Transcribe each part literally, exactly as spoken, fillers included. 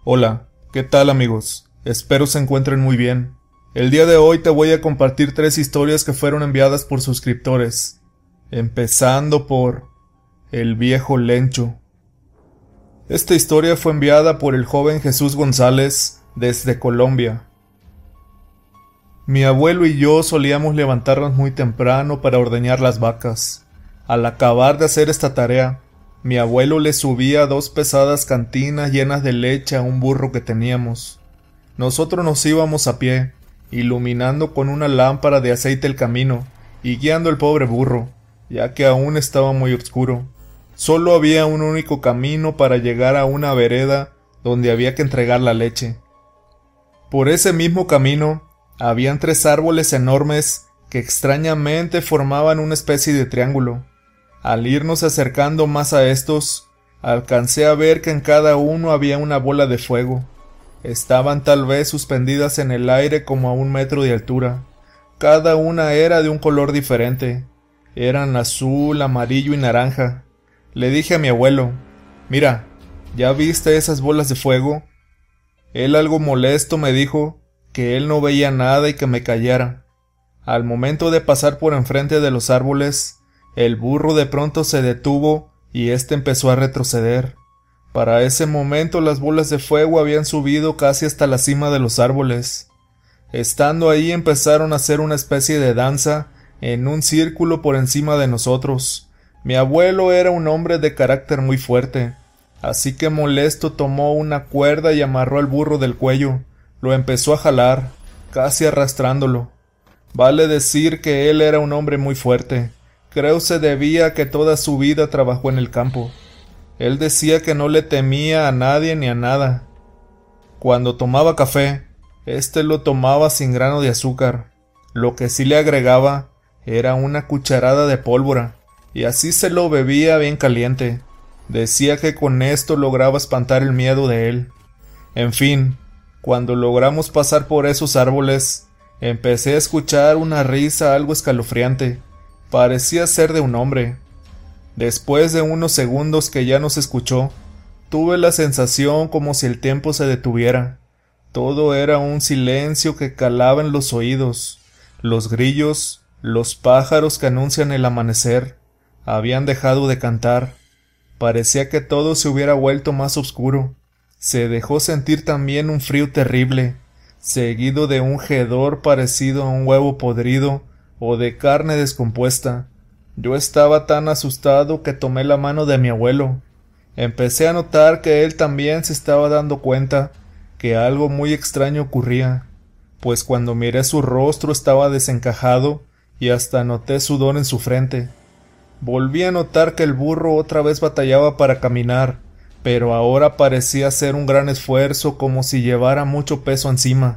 Hola, ¿qué tal amigos? Espero se encuentren muy bien. El día de hoy te voy a compartir tres historias que fueron enviadas por suscriptores, empezando por El Viejo Lencho. Esta historia fue enviada por el joven Jesús González desde Colombia. Mi abuelo y yo solíamos levantarnos muy temprano para ordeñar las vacas. Al acabar de hacer esta tarea, mi abuelo le subía dos pesadas cantinas llenas de leche a un burro que teníamos. Nosotros nos íbamos a pie, iluminando con una lámpara de aceite el camino y guiando el pobre burro, ya que aún estaba muy oscuro. Solo había un único camino para llegar a una vereda donde había que entregar la leche. Por ese mismo camino habían tres árboles enormes que extrañamente formaban una especie de triángulo. Al irnos acercando más a estos, alcancé a ver que en cada uno había una bola de fuego. Estaban tal vez suspendidas en el aire como a un metro de altura. Cada una era de un color diferente. Eran azul, amarillo y naranja. Le dije a mi abuelo: «Mira, ¿ya viste esas bolas de fuego?» Él, algo molesto, me dijo que él no veía nada y que me callara. Al momento de pasar por enfrente de los árboles, el burro de pronto se detuvo y éste empezó a retroceder. Para ese momento las bolas de fuego habían subido casi hasta la cima de los árboles. Estando ahí empezaron a hacer una especie de danza en un círculo por encima de nosotros. Mi abuelo era un hombre de carácter muy fuerte, así que molesto tomó una cuerda y amarró al burro del cuello. Lo empezó a jalar, casi arrastrándolo. Vale decir que él era un hombre muy fuerte. Creo se debía a que toda su vida trabajó en el campo. Él decía que no le temía a nadie ni a nada. Cuando tomaba café, éste lo tomaba sin grano de azúcar. Lo que sí le agregaba era una cucharada de pólvora, y así se lo bebía bien caliente. Decía que con esto lograba espantar el miedo de él. En fin, cuando logramos pasar por esos árboles, empecé a escuchar una risa algo escalofriante. Parecía ser de un hombre. Después de unos segundos que ya nos escuchó, tuve la sensación como si el tiempo se detuviera. Todo era un silencio que calaba en los oídos. Los grillos, los pájaros que anuncian el amanecer, habían dejado de cantar. Parecía que todo se hubiera vuelto más oscuro. Se dejó sentir también un frío terrible, seguido de un hedor parecido a un huevo podrido o de carne descompuesta. Yo estaba tan asustado que tomé la mano de mi abuelo. Empecé a notar que él también se estaba dando cuenta que algo muy extraño ocurría, pues cuando miré su rostro estaba desencajado y hasta noté sudor en su frente. Volví a notar que el burro otra vez batallaba para caminar, pero ahora parecía hacer un gran esfuerzo, como si llevara mucho peso encima.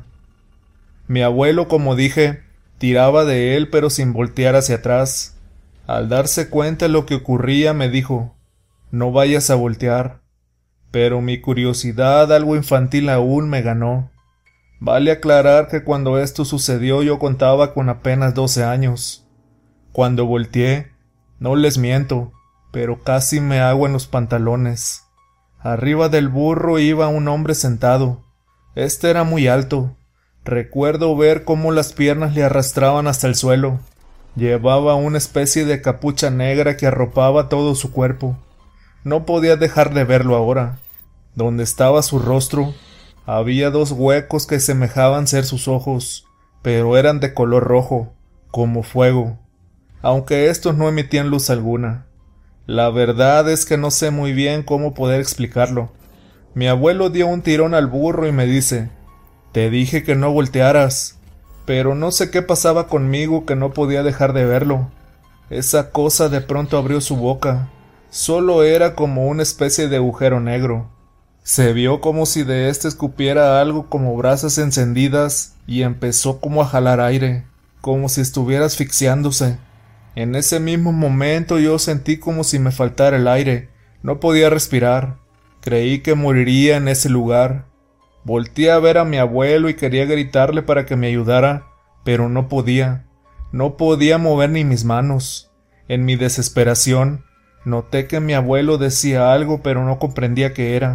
Mi abuelo, como dije, tiraba de él pero sin voltear hacia atrás. Al darse cuenta de lo que ocurría me dijo: «No vayas a voltear». Pero mi curiosidad, algo infantil aún, me ganó. Vale aclarar que cuando esto sucedió yo contaba con apenas doce años. Cuando volteé, no les miento, pero casi me hago en los pantalones. Arriba del burro iba un hombre sentado. Este era muy alto. Recuerdo ver cómo las piernas le arrastraban hasta el suelo. Llevaba una especie de capucha negra que arropaba todo su cuerpo. No podía dejar de verlo ahora. Donde estaba su rostro, había dos huecos que semejaban ser sus ojos, pero eran de color rojo, como fuego, aunque estos no emitían luz alguna. La verdad es que no sé muy bien cómo poder explicarlo. Mi abuelo dio un tirón al burro y me dice: «Te dije que no voltearas». Pero no sé qué pasaba conmigo que no podía dejar de verlo. Esa cosa de pronto abrió su boca. Solo era como una especie de agujero negro. Se vio como si de éste escupiera algo como brasas encendidas y empezó como a jalar aire, como si estuviera asfixiándose. En ese mismo momento yo sentí como si me faltara el aire. No podía respirar. Creí que moriría en ese lugar. Volteé a ver a mi abuelo y quería gritarle para que me ayudara, pero no podía. No podía mover ni mis manos. En mi desesperación, noté que mi abuelo decía algo, pero no comprendía qué era.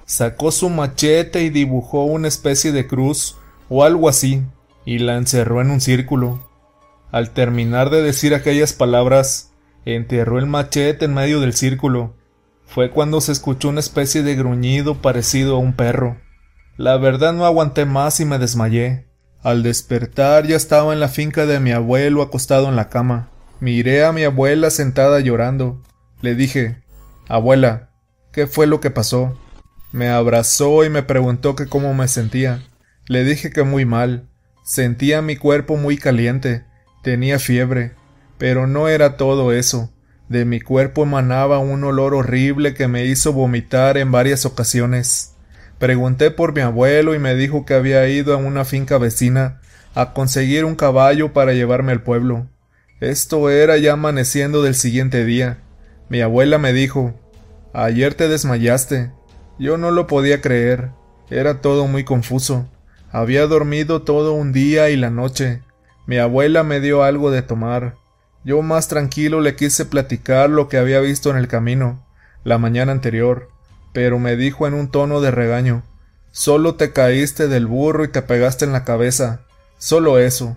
Sacó su machete y dibujó una especie de cruz o algo así, y la encerró en un círculo. Al terminar de decir aquellas palabras, enterró el machete en medio del círculo. Fue cuando se escuchó una especie de gruñido parecido a un perro. La verdad no aguanté más y me desmayé. Al despertar ya estaba en la finca de mi abuelo acostado en la cama. Miré a mi abuela sentada llorando. Le dije: «Abuela, ¿qué fue lo que pasó?». Me abrazó y me preguntó que cómo me sentía. Le dije que muy mal. Sentía mi cuerpo muy caliente. Tenía fiebre. Pero no era todo eso. De mi cuerpo emanaba un olor horrible que me hizo vomitar en varias ocasiones. Pregunté por mi abuelo y me dijo que había ido a una finca vecina a conseguir un caballo para llevarme al pueblo. Esto era ya amaneciendo del siguiente día. Mi abuela me dijo: «Ayer te desmayaste». Yo no lo podía creer. Era todo muy confuso. Había dormido todo un día y la noche. Mi abuela me dio algo de tomar. Yo más tranquilo le quise platicar lo que había visto en el camino, la mañana anterior, pero me dijo en un tono de regaño: «Solo te caíste del burro y te pegaste en la cabeza, solo eso».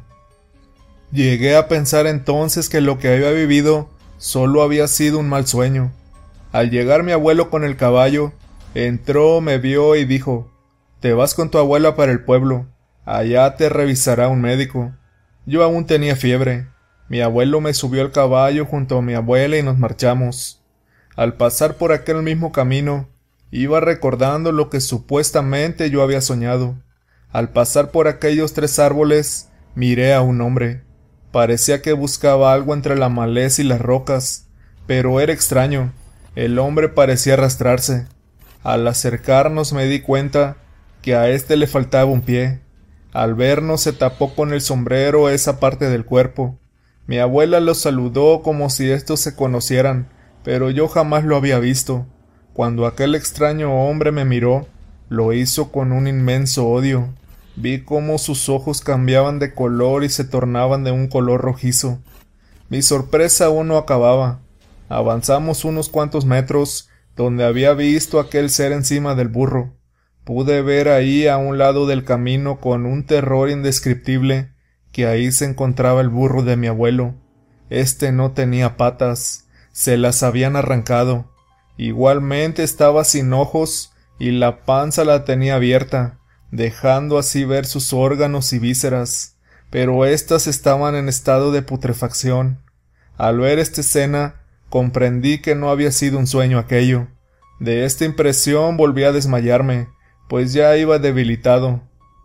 Llegué a pensar entonces que lo que había vivido solo había sido un mal sueño. Al llegar mi abuelo con el caballo, entró, me vio y dijo: «Te vas con tu abuela para el pueblo, allá te revisará un médico». Yo aún tenía fiebre. Mi abuelo me subió al caballo junto a mi abuela y nos marchamos. Al pasar por aquel mismo camino, iba recordando lo que supuestamente yo había soñado. Al pasar por aquellos tres árboles, miré a un hombre. Parecía que buscaba algo entre la maleza y las rocas, pero era extraño. El hombre parecía arrastrarse. Al acercarnos me di cuenta que a éste le faltaba un pie. Al vernos se tapó con el sombrero esa parte del cuerpo. Mi abuela lo saludó como si estos se conocieran, pero yo jamás lo había visto. Cuando aquel extraño hombre me miró, lo hizo con un inmenso odio. Vi cómo sus ojos cambiaban de color y se tornaban de un color rojizo. Mi sorpresa aún no acababa. Avanzamos unos cuantos metros, donde había visto aquel ser encima del burro. Pude ver ahí a un lado del camino con un terror indescriptible que ahí se encontraba el burro de mi abuelo. Este no tenía patas, se las habían arrancado. Igualmente estaba sin ojos y la panza la tenía abierta, dejando así ver sus órganos y vísceras, pero éstas estaban en estado de putrefacción. Al ver esta escena, comprendí que no había sido un sueño aquello. De esta impresión volví a desmayarme, pues ya iba debilitado.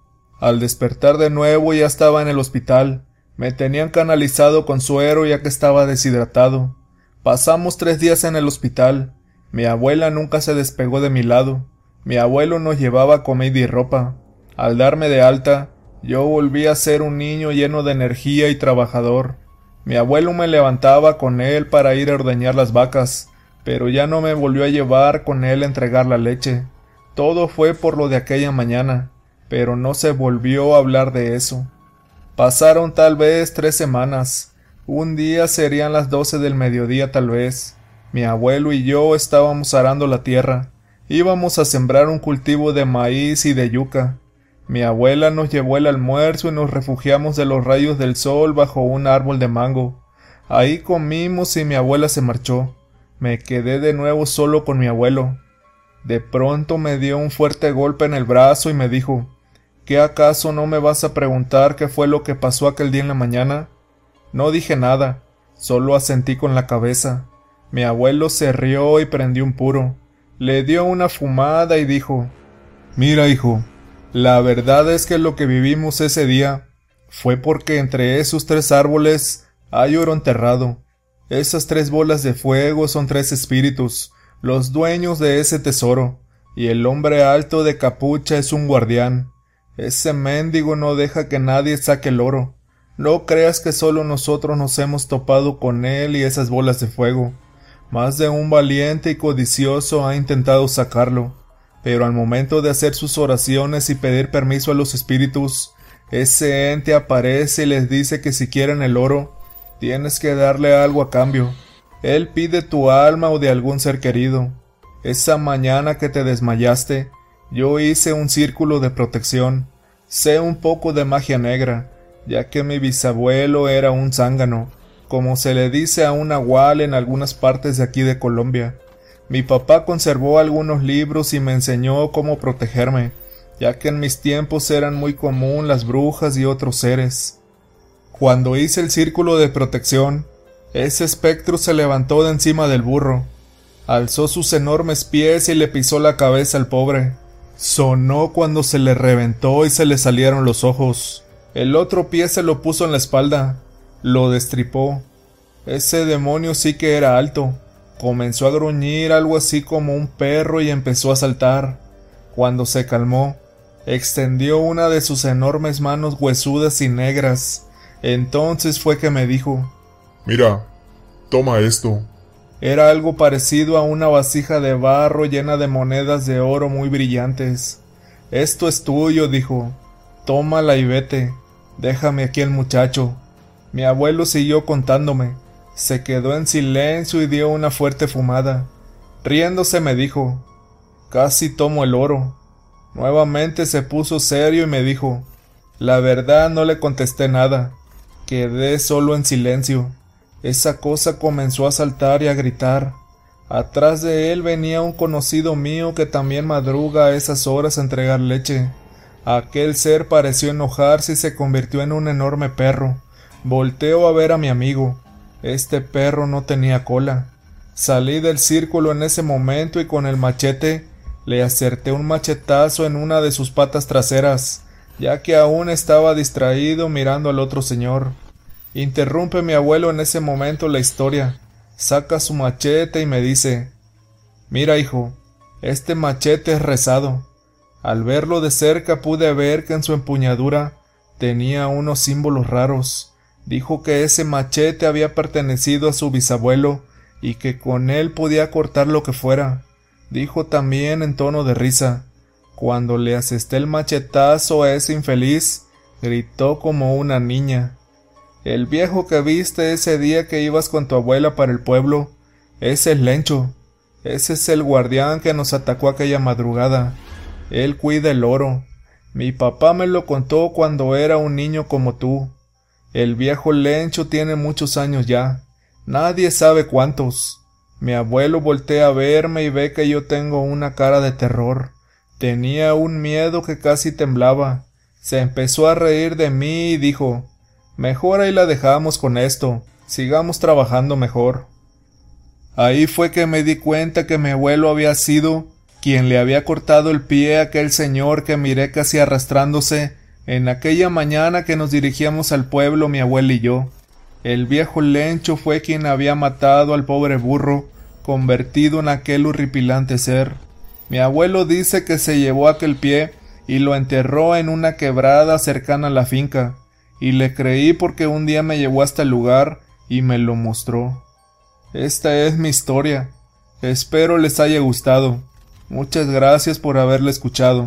Al despertar de nuevo ya estaba en el hospital. Me tenían canalizado con suero ya que estaba deshidratado. Pasamos tres días en el hospital. Mi abuela nunca se despegó de mi lado. Mi abuelo nos llevaba comida y ropa. Al darme de alta, yo volví a ser un niño lleno de energía y trabajador. Mi abuelo me levantaba con él para ir a ordeñar las vacas, pero ya no me volvió a llevar con él a entregar la leche. Todo fue por lo de aquella mañana, pero no se volvió a hablar de eso. Pasaron tal vez tres semanas. Un día serían las doce del mediodía tal vez. Mi abuelo y yo estábamos arando la tierra. Íbamos a sembrar un cultivo de maíz y de yuca. Mi abuela nos llevó el almuerzo y nos refugiamos de los rayos del sol bajo un árbol de mango. Ahí comimos y mi abuela se marchó. Me quedé de nuevo solo con mi abuelo. De pronto me dio un fuerte golpe en el brazo y me dijo: ¿Qué acaso no me vas a preguntar qué fue lo que pasó aquel día en la mañana? No dije nada, solo asentí con la cabeza. Mi abuelo se rió y prendió un puro. Le dio una fumada y dijo: «Mira, hijo, la verdad es que lo que vivimos ese día fue porque entre esos tres árboles hay oro enterrado. Esas tres bolas de fuego son tres espíritus, los dueños de ese tesoro, y el hombre alto de capucha es un guardián. Ese mendigo no deja que nadie saque el oro. No creas que solo nosotros nos hemos topado con él y esas bolas de fuego. Más de un valiente y codicioso ha intentado sacarlo, pero al momento de hacer sus oraciones y pedir permiso a los espíritus, ese ente aparece y les dice que si quieren el oro, tienes que darle algo a cambio. Él pide tu alma o de algún ser querido. Esa mañana que te desmayaste, Yo hice un círculo de protección. Sé un poco de magia negra, ya que mi bisabuelo era un zángano, como se le dice a un nahual en algunas partes de aquí de Colombia. Mi papá conservó algunos libros y me enseñó cómo protegerme, ya que en mis tiempos eran muy común las brujas y otros seres. Cuando hice el círculo de protección, ese espectro se levantó de encima del burro, alzó sus enormes pies y le pisó la cabeza al pobre. Sonó cuando se le reventó y se le salieron los ojos. El otro pie se lo puso en la espalda, lo destripó. Ese demonio sí que era alto. Comenzó a gruñir algo así como un perro y empezó a saltar. Cuando se calmó, extendió una de sus enormes manos huesudas y negras. Entonces fue que me dijo: «Mira, toma esto». Era algo parecido a una vasija de barro llena de monedas de oro muy brillantes. «Esto es tuyo», dijo. «Tómala y vete. Déjame aquí el muchacho». Mi abuelo siguió contándome. Se quedó en silencio y dio una fuerte fumada. Riéndose me dijo: «Casi tomo el oro». Nuevamente se puso serio y me dijo. La verdad no le contesté nada. Quedé solo en silencio. Esa cosa comenzó a saltar y a gritar. Atrás de él venía un conocido mío que también madruga a esas horas a entregar leche. Aquel ser pareció enojarse y se convirtió en un enorme perro. Volteo a ver a mi amigo. Este perro no tenía cola. Salí del círculo en ese momento y con el machete le acerté un machetazo en una de sus patas traseras, ya que aún estaba distraído mirando al otro señor. Interrumpe mi abuelo en ese momento la historia, saca su machete y me dice: «Mira, hijo, este machete es rezado». Al verlo de cerca pude ver que en su empuñadura tenía unos símbolos raros. Dijo que ese machete había pertenecido a su bisabuelo y que con él podía cortar lo que fuera. Dijo también en tono de risa. Cuando le asesté el machetazo a ese infeliz, gritó como una niña: «El viejo que viste ese día que ibas con tu abuela para el pueblo, ese es Lencho. Ese es el guardián que nos atacó aquella madrugada. Él cuida el oro. Mi papá me lo contó cuando era un niño como tú. El viejo Lencho tiene muchos años ya. Nadie sabe cuántos». Mi abuelo voltea a verme y ve que yo tengo una cara de terror. Tenía un miedo que casi temblaba. Se empezó a reír de mí y dijo: «Mejor ahí la dejamos con esto. Sigamos trabajando mejor». Ahí fue que me di cuenta que mi abuelo había sido quien le había cortado el pie a aquel señor que miré casi arrastrándose en aquella mañana que nos dirigíamos al pueblo mi abuela y yo. El viejo Lencho fue quien había matado al pobre burro, convertido en aquel horripilante ser. Mi abuelo dice que se llevó aquel pie y lo enterró en una quebrada cercana a la finca, y le creí porque un día me llevó hasta el lugar y me lo mostró. Esta es mi historia. Espero les haya gustado. Muchas gracias por haberla escuchado.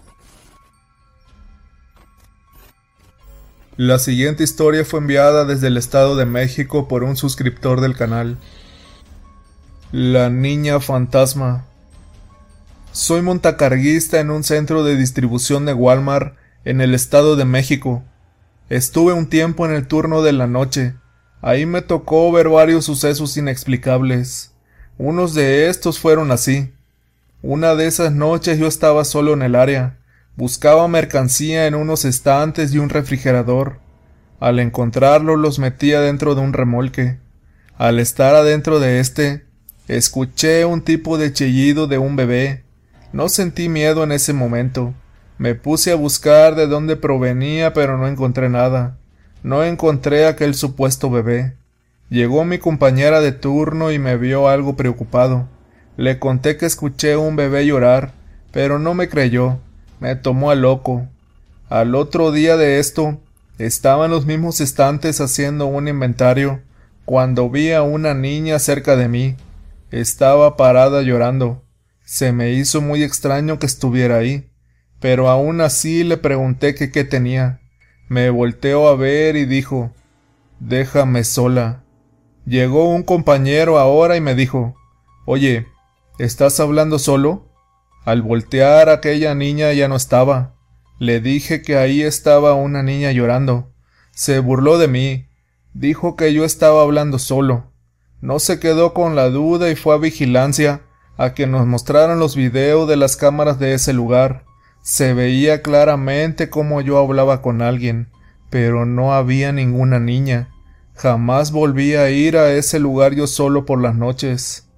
La siguiente historia fue enviada desde el Estado de México por un suscriptor del canal. La niña fantasma. Soy montacarguista en un centro de distribución de Walmart en el Estado de México. Estuve un tiempo en el turno de la noche. Ahí me tocó ver varios sucesos inexplicables. Unos de estos fueron así. Una de esas noches yo estaba solo en el área. Buscaba mercancía en unos estantes y un refrigerador. Al encontrarlo los metía dentro de un remolque. Al estar adentro de este, escuché un tipo de chillido de un bebé. No sentí miedo en ese momento. Me puse a buscar de dónde provenía, pero no encontré nada. No encontré aquel supuesto bebé. Llegó mi compañera de turno y me vio algo preocupado. Le conté que escuché un bebé llorar, pero no me creyó. Me tomó a loco. Al otro día de esto, estaba en los mismos estantes haciendo un inventario, cuando vi a una niña cerca de mí. Estaba parada llorando. Se me hizo muy extraño que estuviera ahí, pero aún así le pregunté que qué tenía. Me volteó a ver y dijo: «Déjame sola». Llegó un compañero ahora y me dijo: «Oye, ¿estás hablando solo?». Al voltear, aquella niña ya no estaba. Le dije que ahí estaba una niña llorando. Se burló de mí. Dijo que yo estaba hablando solo. No se quedó con la duda y fue a vigilancia a que nos mostraran los videos de las cámaras de ese lugar. Se veía claramente cómo yo hablaba con alguien, pero no había ninguna niña. Jamás volví a ir a ese lugar yo solo por las noches.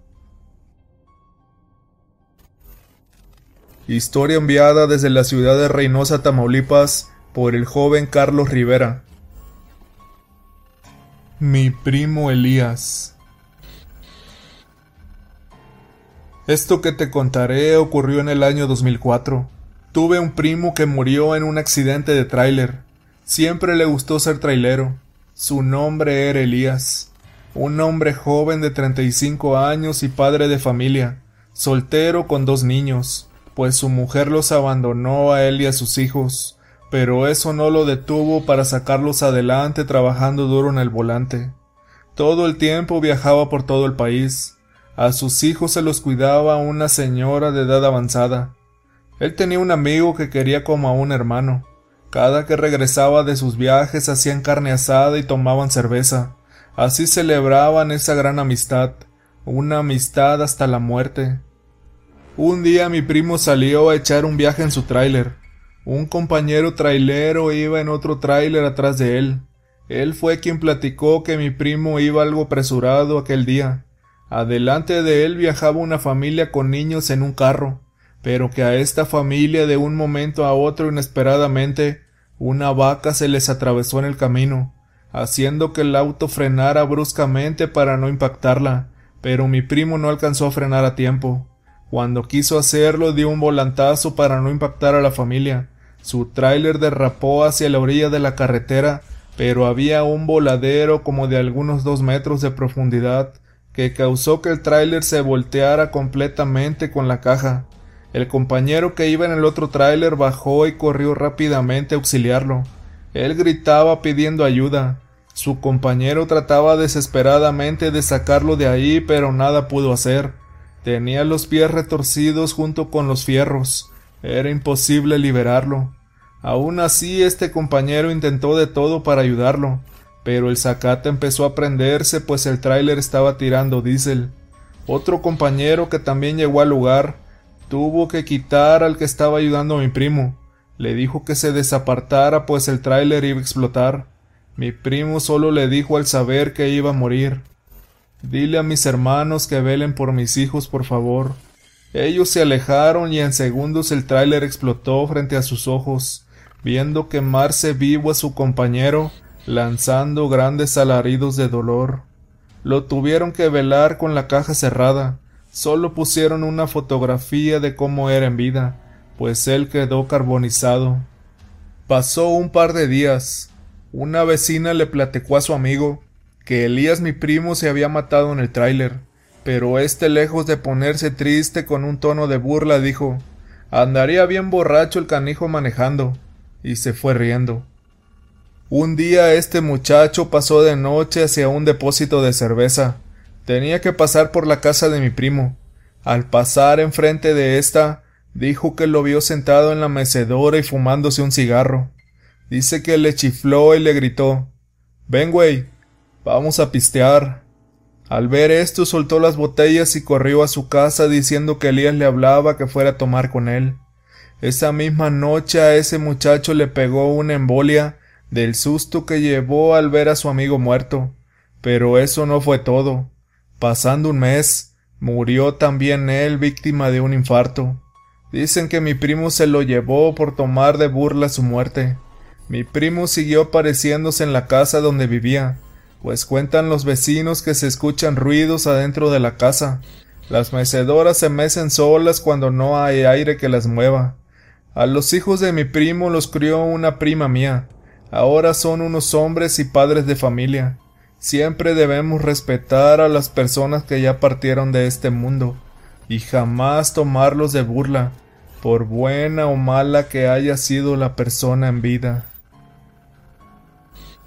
Historia enviada desde la ciudad de Reynosa, Tamaulipas, por el joven Carlos Rivera. Mi primo Elías. Esto que te contaré ocurrió en el año dos mil cuatro. Tuve un primo que murió en un accidente de tráiler. Siempre le gustó ser trailero. Su nombre era Elías. Un hombre joven de treinta y cinco años y padre de familia, soltero con dos niños, pues su mujer los abandonó a él y a sus hijos, pero eso no lo detuvo para sacarlos adelante trabajando duro en el volante. Todo el tiempo viajaba por todo el país. A sus hijos se los cuidaba una señora de edad avanzada. Él tenía un amigo que quería como a un hermano. Cada que regresaba de sus viajes hacían carne asada y tomaban cerveza. Así celebraban esa gran amistad, una amistad hasta la muerte. Un día mi primo salió a echar un viaje en su tráiler. Un compañero trailero iba en otro tráiler atrás de él. Él fue quien platicó que mi primo iba algo apresurado aquel día. Adelante de él viajaba una familia con niños en un carro, pero que a esta familia de un momento a otro inesperadamente una vaca se les atravesó en el camino, haciendo que el auto frenara bruscamente para no impactarla, pero mi primo no alcanzó a frenar a tiempo. Cuando quiso hacerlo dio un volantazo para no impactar a la familia. Su tráiler derrapó hacia la orilla de la carretera, pero había un voladero como de algunos dos metros de profundidad que causó que el tráiler se volteara completamente con la caja. El compañero que iba en el otro tráiler bajó y corrió rápidamente a auxiliarlo. Él gritaba pidiendo ayuda. Su compañero trataba desesperadamente de sacarlo de ahí, pero nada pudo hacer. Tenía los pies retorcidos junto con los fierros. Era imposible liberarlo. Aún así, este compañero intentó de todo para ayudarlo, pero el zacate empezó a prenderse pues el tráiler estaba tirando diésel. Otro compañero que también llegó al lugar tuvo que quitar al que estaba ayudando a mi primo. Le dijo que se desapartara pues el tráiler iba a explotar. Mi primo solo le dijo al saber que iba a morir: «Dile a mis hermanos que velen por mis hijos, por favor». Ellos se alejaron y en segundos el tráiler explotó frente a sus ojos, viendo quemarse vivo a su compañero, lanzando grandes alaridos de dolor. Lo tuvieron que velar con la caja cerrada. Solo pusieron una fotografía de cómo era en vida, pues él quedó carbonizado. Pasó un par de días. Una vecina le platicó a su amigo que Elías, mi primo, se había matado en el tráiler, pero este, lejos de ponerse triste, con un tono de burla dijo: «Andaría bien borracho el canijo manejando», y se fue riendo. Un día este muchacho pasó de noche hacia un depósito de cerveza. Tenía que pasar por la casa de mi primo. Al pasar enfrente de esta, dijo que lo vio sentado en la mecedora y fumándose un cigarro. Dice que le chifló y le gritó: «Ven, güey, vamos a pistear». Al ver esto soltó las botellas y corrió a su casa diciendo que Elías le hablaba que fuera a tomar con él. Esa misma noche a ese muchacho le pegó una embolia del susto que llevó al ver a su amigo muerto. Pero eso no fue todo. Pasando un mes, murió también él víctima de un infarto. Dicen que mi primo se lo llevó por tomar de burla su muerte. Mi primo siguió apareciéndose en la casa donde vivía, pues cuentan los vecinos que se escuchan ruidos adentro de la casa. Las mecedoras se mecen solas cuando no hay aire que las mueva. A los hijos de mi primo los crió una prima mía. Ahora son unos hombres y padres de familia. Siempre debemos respetar a las personas que ya partieron de este mundo, y jamás tomarlos de burla, por buena o mala que haya sido la persona en vida.